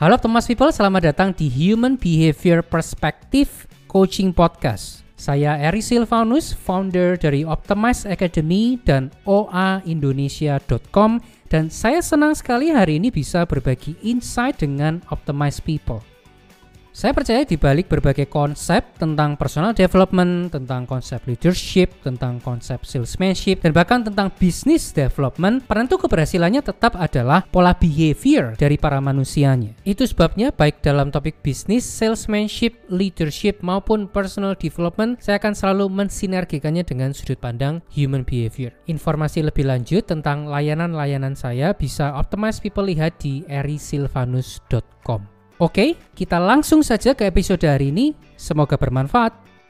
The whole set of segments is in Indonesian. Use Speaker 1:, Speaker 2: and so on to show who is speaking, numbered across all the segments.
Speaker 1: Halo Thomas People, selamat datang di Human Behavior Perspective Coaching Podcast. Saya Eri Silvanus, founder dari Optimize Academy dan oaindonesia.com, dan saya senang sekali hari ini bisa berbagi insight dengan Optimize People. Saya percaya di balik berbagai konsep tentang personal development, tentang konsep leadership, tentang konsep salesmanship, dan bahkan tentang business development, penentu keberhasilannya tetap adalah pola behavior dari para manusianya. Itu sebabnya baik dalam topik bisnis, salesmanship, leadership, maupun personal development, saya akan selalu mensinergikannya dengan sudut pandang human behavior. Informasi lebih lanjut tentang layanan-layanan saya bisa Optimize People lihat di erisilvanus.com. Oke, kita langsung saja ke episode hari ini. Semoga bermanfaat.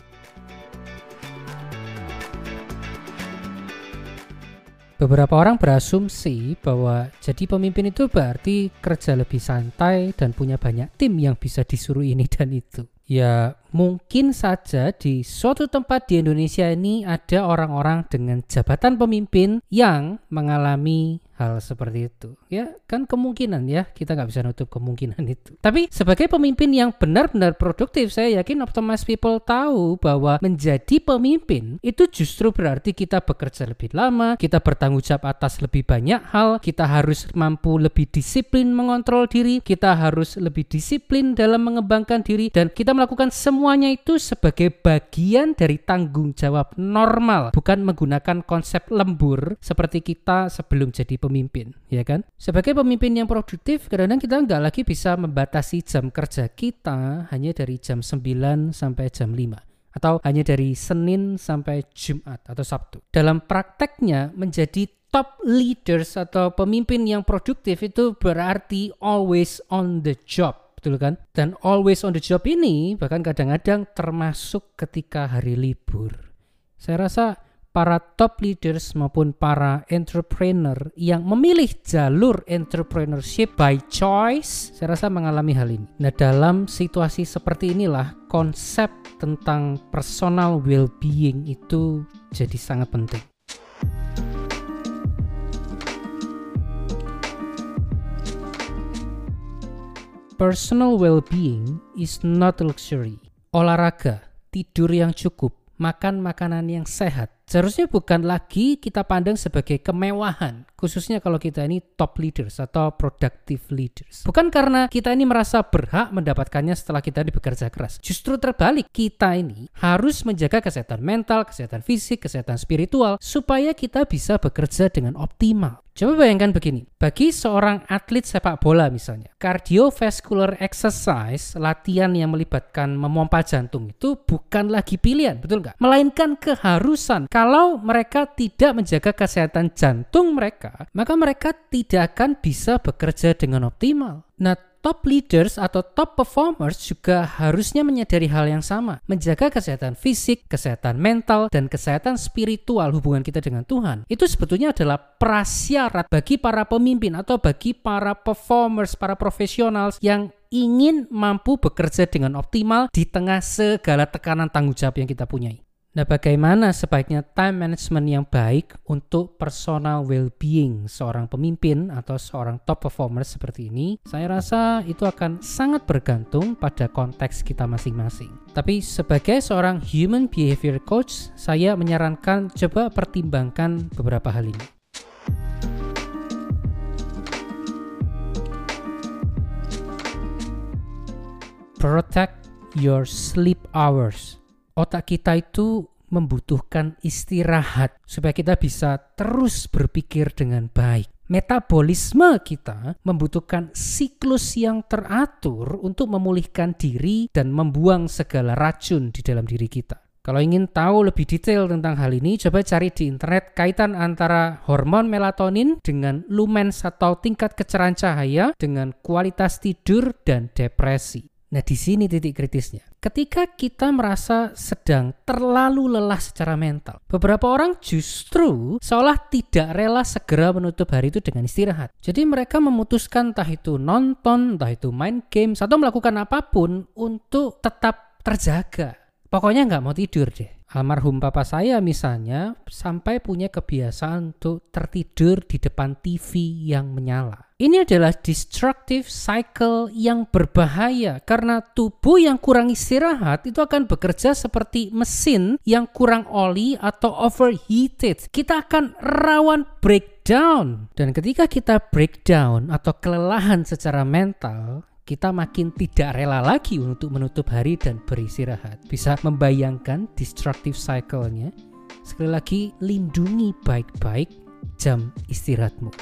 Speaker 1: Beberapa orang berasumsi bahwa jadi pemimpin itu berarti kerja lebih santai dan punya banyak tim yang bisa disuruh ini dan itu. Ya, mungkin saja di suatu tempat di Indonesia ini ada orang-orang dengan jabatan pemimpin yang mengalami hal seperti itu. Ya, kan kemungkinan ya, kita nggak bisa nutup kemungkinan itu. Tapi sebagai pemimpin yang benar-benar produktif, saya yakin Optimize People tahu bahwa menjadi pemimpin itu justru berarti kita bekerja lebih lama, kita bertanggung jawab atas lebih banyak hal, kita harus mampu lebih disiplin mengontrol diri, kita harus lebih disiplin dalam mengembangkan diri, dan kita melakukan semuanya itu sebagai bagian dari tanggung jawab normal, bukan menggunakan konsep lembur seperti kita sebelum jadi pemimpin, ya kan? Sebagai pemimpin yang produktif, kadang-kadang kita nggak lagi bisa membatasi jam kerja kita hanya dari jam 9 sampai jam 5. Atau hanya dari Senin sampai Jumat atau Sabtu. Dalam prakteknya, menjadi top leaders atau pemimpin yang produktif itu berarti always on the job. Betul kan? Dan always on the job ini bahkan kadang-kadang termasuk ketika hari libur. Saya rasa para top leaders maupun para entrepreneur yang memilih jalur entrepreneurship by choice, saya rasa mengalami hal ini. Nah, dalam situasi seperti inilah konsep tentang personal well-being itu jadi sangat penting. Personal well-being is not a luxury. Olahraga, tidur yang cukup, makan makanan yang sehat, seharusnya bukan lagi kita pandang sebagai kemewahan, khususnya kalau kita ini top leaders atau productive leaders. Bukan karena kita ini merasa berhak mendapatkannya setelah kita bekerja keras. Justru terbalik, kita ini harus menjaga kesehatan mental, kesehatan fisik, kesehatan spiritual, supaya kita bisa bekerja dengan optimal. Coba bayangkan begini, bagi seorang atlet sepak bola misalnya, cardiovascular exercise, latihan yang melibatkan memompa jantung itu bukan lagi pilihan, betul nggak? Melainkan keharusan. Kalau mereka tidak menjaga kesehatan jantung mereka, maka mereka tidak akan bisa bekerja dengan optimal. Nah, top leaders atau top performers juga harusnya menyadari hal yang sama. Menjaga kesehatan fisik, kesehatan mental, dan kesehatan spiritual hubungan kita dengan Tuhan. Itu sebetulnya adalah prasyarat bagi para pemimpin atau bagi para performers, para profesional yang ingin mampu bekerja dengan optimal di tengah segala tekanan tanggung jawab yang kita punyai. Nah, bagaimana sebaiknya time management yang baik untuk personal well-being seorang pemimpin atau seorang top performer seperti ini? Saya rasa itu akan sangat bergantung pada konteks kita masing-masing. Tapi sebagai seorang human behavior coach, saya menyarankan coba pertimbangkan beberapa hal ini. Protect your sleep hours. Otak kita itu membutuhkan istirahat supaya kita bisa terus berpikir dengan baik. Metabolisme kita membutuhkan siklus yang teratur untuk memulihkan diri dan membuang segala racun di dalam diri kita. Kalau ingin tahu lebih detail tentang hal ini, coba cari di internet kaitan antara hormon melatonin dengan lumens atau tingkat kecerahan cahaya dengan kualitas tidur dan depresi. Nah, di sini titik kritisnya. Ketika kita merasa sedang terlalu lelah secara mental, beberapa orang justru seolah tidak rela segera menutup hari itu dengan istirahat. Jadi mereka memutuskan entah itu nonton, entah itu main games, atau melakukan apapun untuk tetap terjaga. Pokoknya nggak mau tidur deh. Almarhum papa saya misalnya sampai punya kebiasaan untuk tertidur di depan TV yang menyala. Ini adalah destructive cycle yang berbahaya karena tubuh yang kurang istirahat itu akan bekerja seperti mesin yang kurang oli atau overheated. Kita akan rawan breakdown. Dan ketika kita breakdown atau kelelahan secara mental, kita makin tidak rela lagi untuk menutup hari dan beristirahat. Bisa membayangkan destructive cycle-nya? Sekali lagi, lindungi baik-baik jam istirahatmu.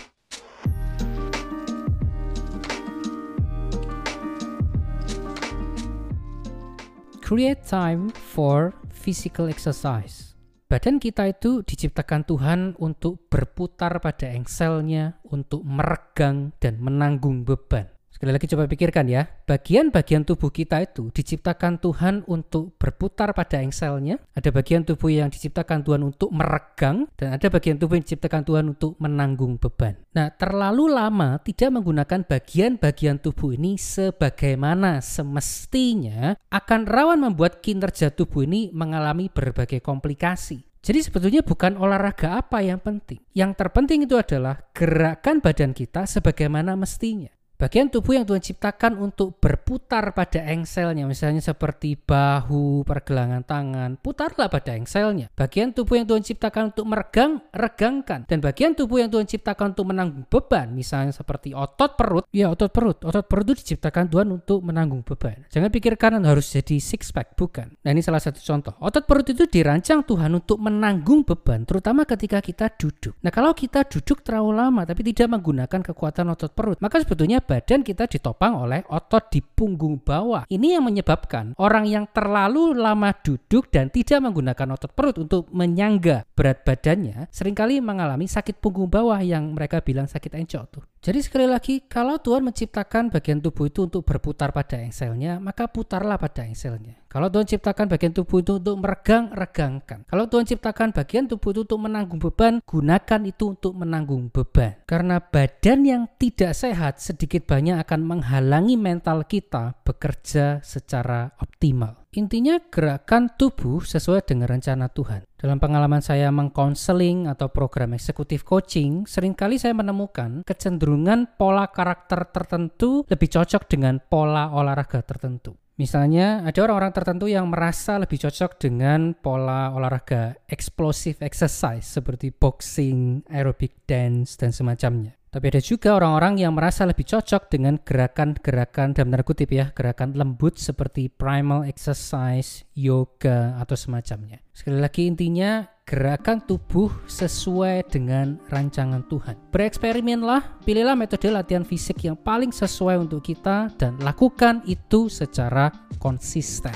Speaker 1: Create time for physical exercise. Badan kita itu diciptakan Tuhan untuk berputar pada engselnya, untuk meregang dan menanggung beban. Sekali lagi coba pikirkan ya, bagian-bagian tubuh kita itu diciptakan Tuhan untuk berputar pada engselnya, ada bagian tubuh yang diciptakan Tuhan untuk meregang, dan ada bagian tubuh yang diciptakan Tuhan untuk menanggung beban. Nah, terlalu lama tidak menggunakan bagian-bagian tubuh ini sebagaimana semestinya akan rawan membuat kinerja tubuh ini mengalami berbagai komplikasi. Jadi sebetulnya bukan olahraga apa yang penting. Yang terpenting itu adalah gerakan badan kita sebagaimana mestinya. Bagian tubuh yang Tuhan ciptakan untuk berputar pada engselnya, misalnya seperti bahu, pergelangan tangan, putarlah pada engselnya. Bagian tubuh yang Tuhan ciptakan untuk meregang, regangkan. Dan bagian tubuh yang Tuhan ciptakan untuk menanggung beban, misalnya seperti otot perut, ya otot perut itu diciptakan Tuhan untuk menanggung beban. Jangan pikirkan harus jadi six pack, bukan. Nah, ini salah satu contoh. Otot perut itu dirancang Tuhan untuk menanggung beban, terutama ketika kita duduk. Nah, kalau kita duduk terlalu lama tapi tidak menggunakan kekuatan otot perut, maka sebetulnya badan kita ditopang oleh otot di punggung bawah. Ini yang menyebabkan orang yang terlalu lama duduk dan tidak menggunakan otot perut untuk menyangga berat badannya seringkali mengalami sakit punggung bawah yang mereka bilang sakit encok tuh. Jadi sekali lagi, kalau Tuhan menciptakan bagian tubuh itu untuk berputar pada engselnya, maka putarlah pada engselnya. Kalau Tuhan ciptakan bagian tubuh itu untuk meregang, regangkan. Kalau Tuhan ciptakan bagian tubuh itu untuk menanggung beban, gunakan itu untuk menanggung beban. Karena badan yang tidak sehat sedikit banyak akan menghalangi mental kita bekerja secara optimal. Intinya gerakan tubuh sesuai dengan rencana Tuhan. Dalam pengalaman saya mengkonseling atau program eksekutif coaching, seringkali saya menemukan kecenderungan pola karakter tertentu lebih cocok dengan pola olahraga tertentu. Misalnya ada orang-orang tertentu yang merasa lebih cocok dengan pola olahraga explosive exercise seperti boxing, aerobic dance, dan semacamnya. Tapi ada juga orang-orang yang merasa lebih cocok dengan gerakan-gerakan dalam tanda kutip ya, gerakan lembut seperti primal exercise, yoga, atau semacamnya. Sekali lagi intinya, gerakan tubuh sesuai dengan rancangan Tuhan. Bereksperimenlah, pilihlah metode latihan fisik yang paling sesuai untuk kita dan lakukan itu secara konsisten.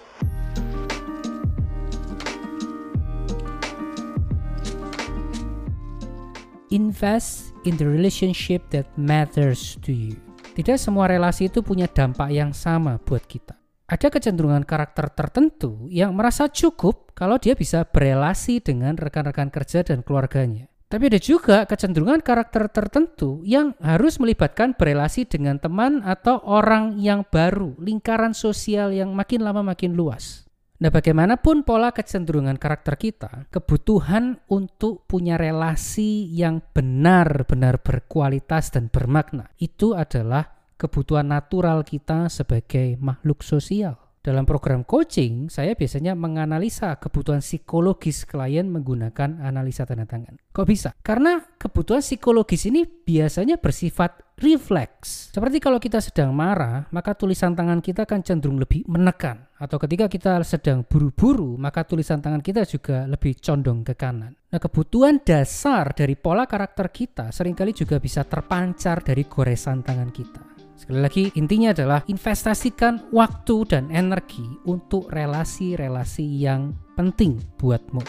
Speaker 1: Invest in the relationship that matters to you. Tidak semua relasi itu punya dampak yang sama buat kita. Ada kecenderungan karakter tertentu yang merasa cukup kalau dia bisa berelasi dengan rekan-rekan kerja dan keluarganya. Tapi ada juga kecenderungan karakter tertentu yang harus melibatkan berelasi dengan teman atau orang yang baru, lingkaran sosial yang makin lama makin luas. Nah, bagaimanapun pola kecenderungan karakter kita, kebutuhan untuk punya relasi yang benar-benar berkualitas dan bermakna, itu adalah kebutuhan natural kita sebagai makhluk sosial. Dalam program coaching, saya biasanya menganalisa kebutuhan psikologis klien menggunakan analisa tanda tangan. Kok bisa? Karena kebutuhan psikologis ini biasanya bersifat refleks. Seperti kalau kita sedang marah, maka tulisan tangan kita akan cenderung lebih menekan. Atau ketika kita sedang buru-buru, maka tulisan tangan kita juga lebih condong ke kanan. Nah, kebutuhan dasar dari pola karakter kita seringkali juga bisa terpancar dari goresan tangan kita. Sekali lagi, intinya adalah investasikan waktu dan energi untuk relasi-relasi yang penting buatmu.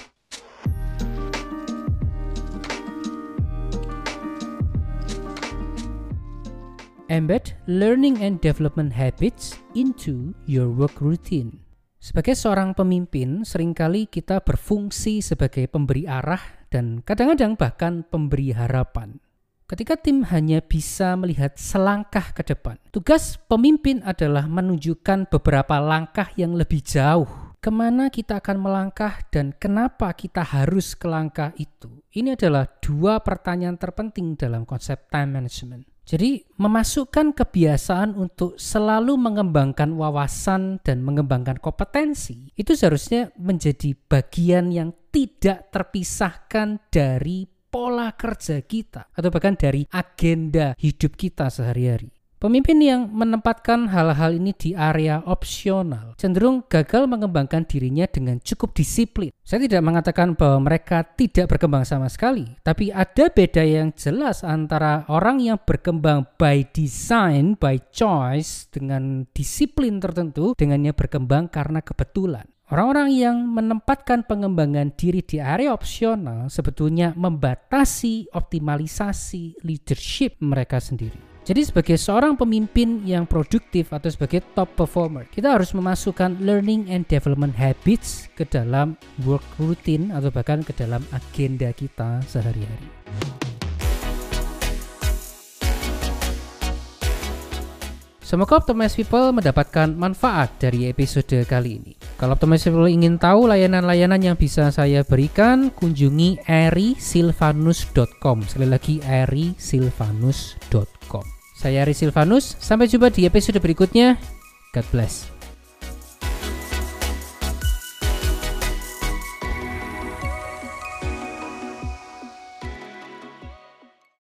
Speaker 1: Embed learning and development habits into your work routine. Sebagai seorang pemimpin, seringkali kita berfungsi sebagai pemberi arah dan kadang-kadang bahkan pemberi harapan. Ketika tim hanya bisa melihat selangkah ke depan, tugas pemimpin adalah menunjukkan beberapa langkah yang lebih jauh kemana kita akan melangkah dan kenapa kita harus ke langkah itu. Ini adalah dua pertanyaan terpenting dalam konsep time management. Jadi memasukkan kebiasaan untuk selalu mengembangkan wawasan dan mengembangkan kompetensi itu seharusnya menjadi bagian yang tidak terpisahkan dari pola kerja kita atau bahkan dari agenda hidup kita sehari-hari. Pemimpin yang menempatkan hal-hal ini di area opsional cenderung gagal mengembangkan dirinya dengan cukup disiplin. Saya tidak mengatakan bahwa mereka tidak berkembang sama sekali, tapi ada beda yang jelas antara orang yang berkembang by design, by choice, dengan disiplin tertentu, dengannya berkembang karena kebetulan. Orang-orang yang menempatkan pengembangan diri di area opsional sebetulnya membatasi optimalisasi leadership mereka sendiri. Jadi sebagai seorang pemimpin yang produktif atau sebagai top performer, kita harus memasukkan learning and development habits ke dalam work routine atau bahkan ke dalam agenda kita sehari-hari. Semoga Optimize People mendapatkan manfaat dari episode kali ini. Kalau Optimize People ingin tahu layanan-layanan yang bisa saya berikan, kunjungi erisilvanus.com. Sekali lagi erisilvanus.com. Saya Ari Silvanus, sampai jumpa di episode berikutnya. God bless.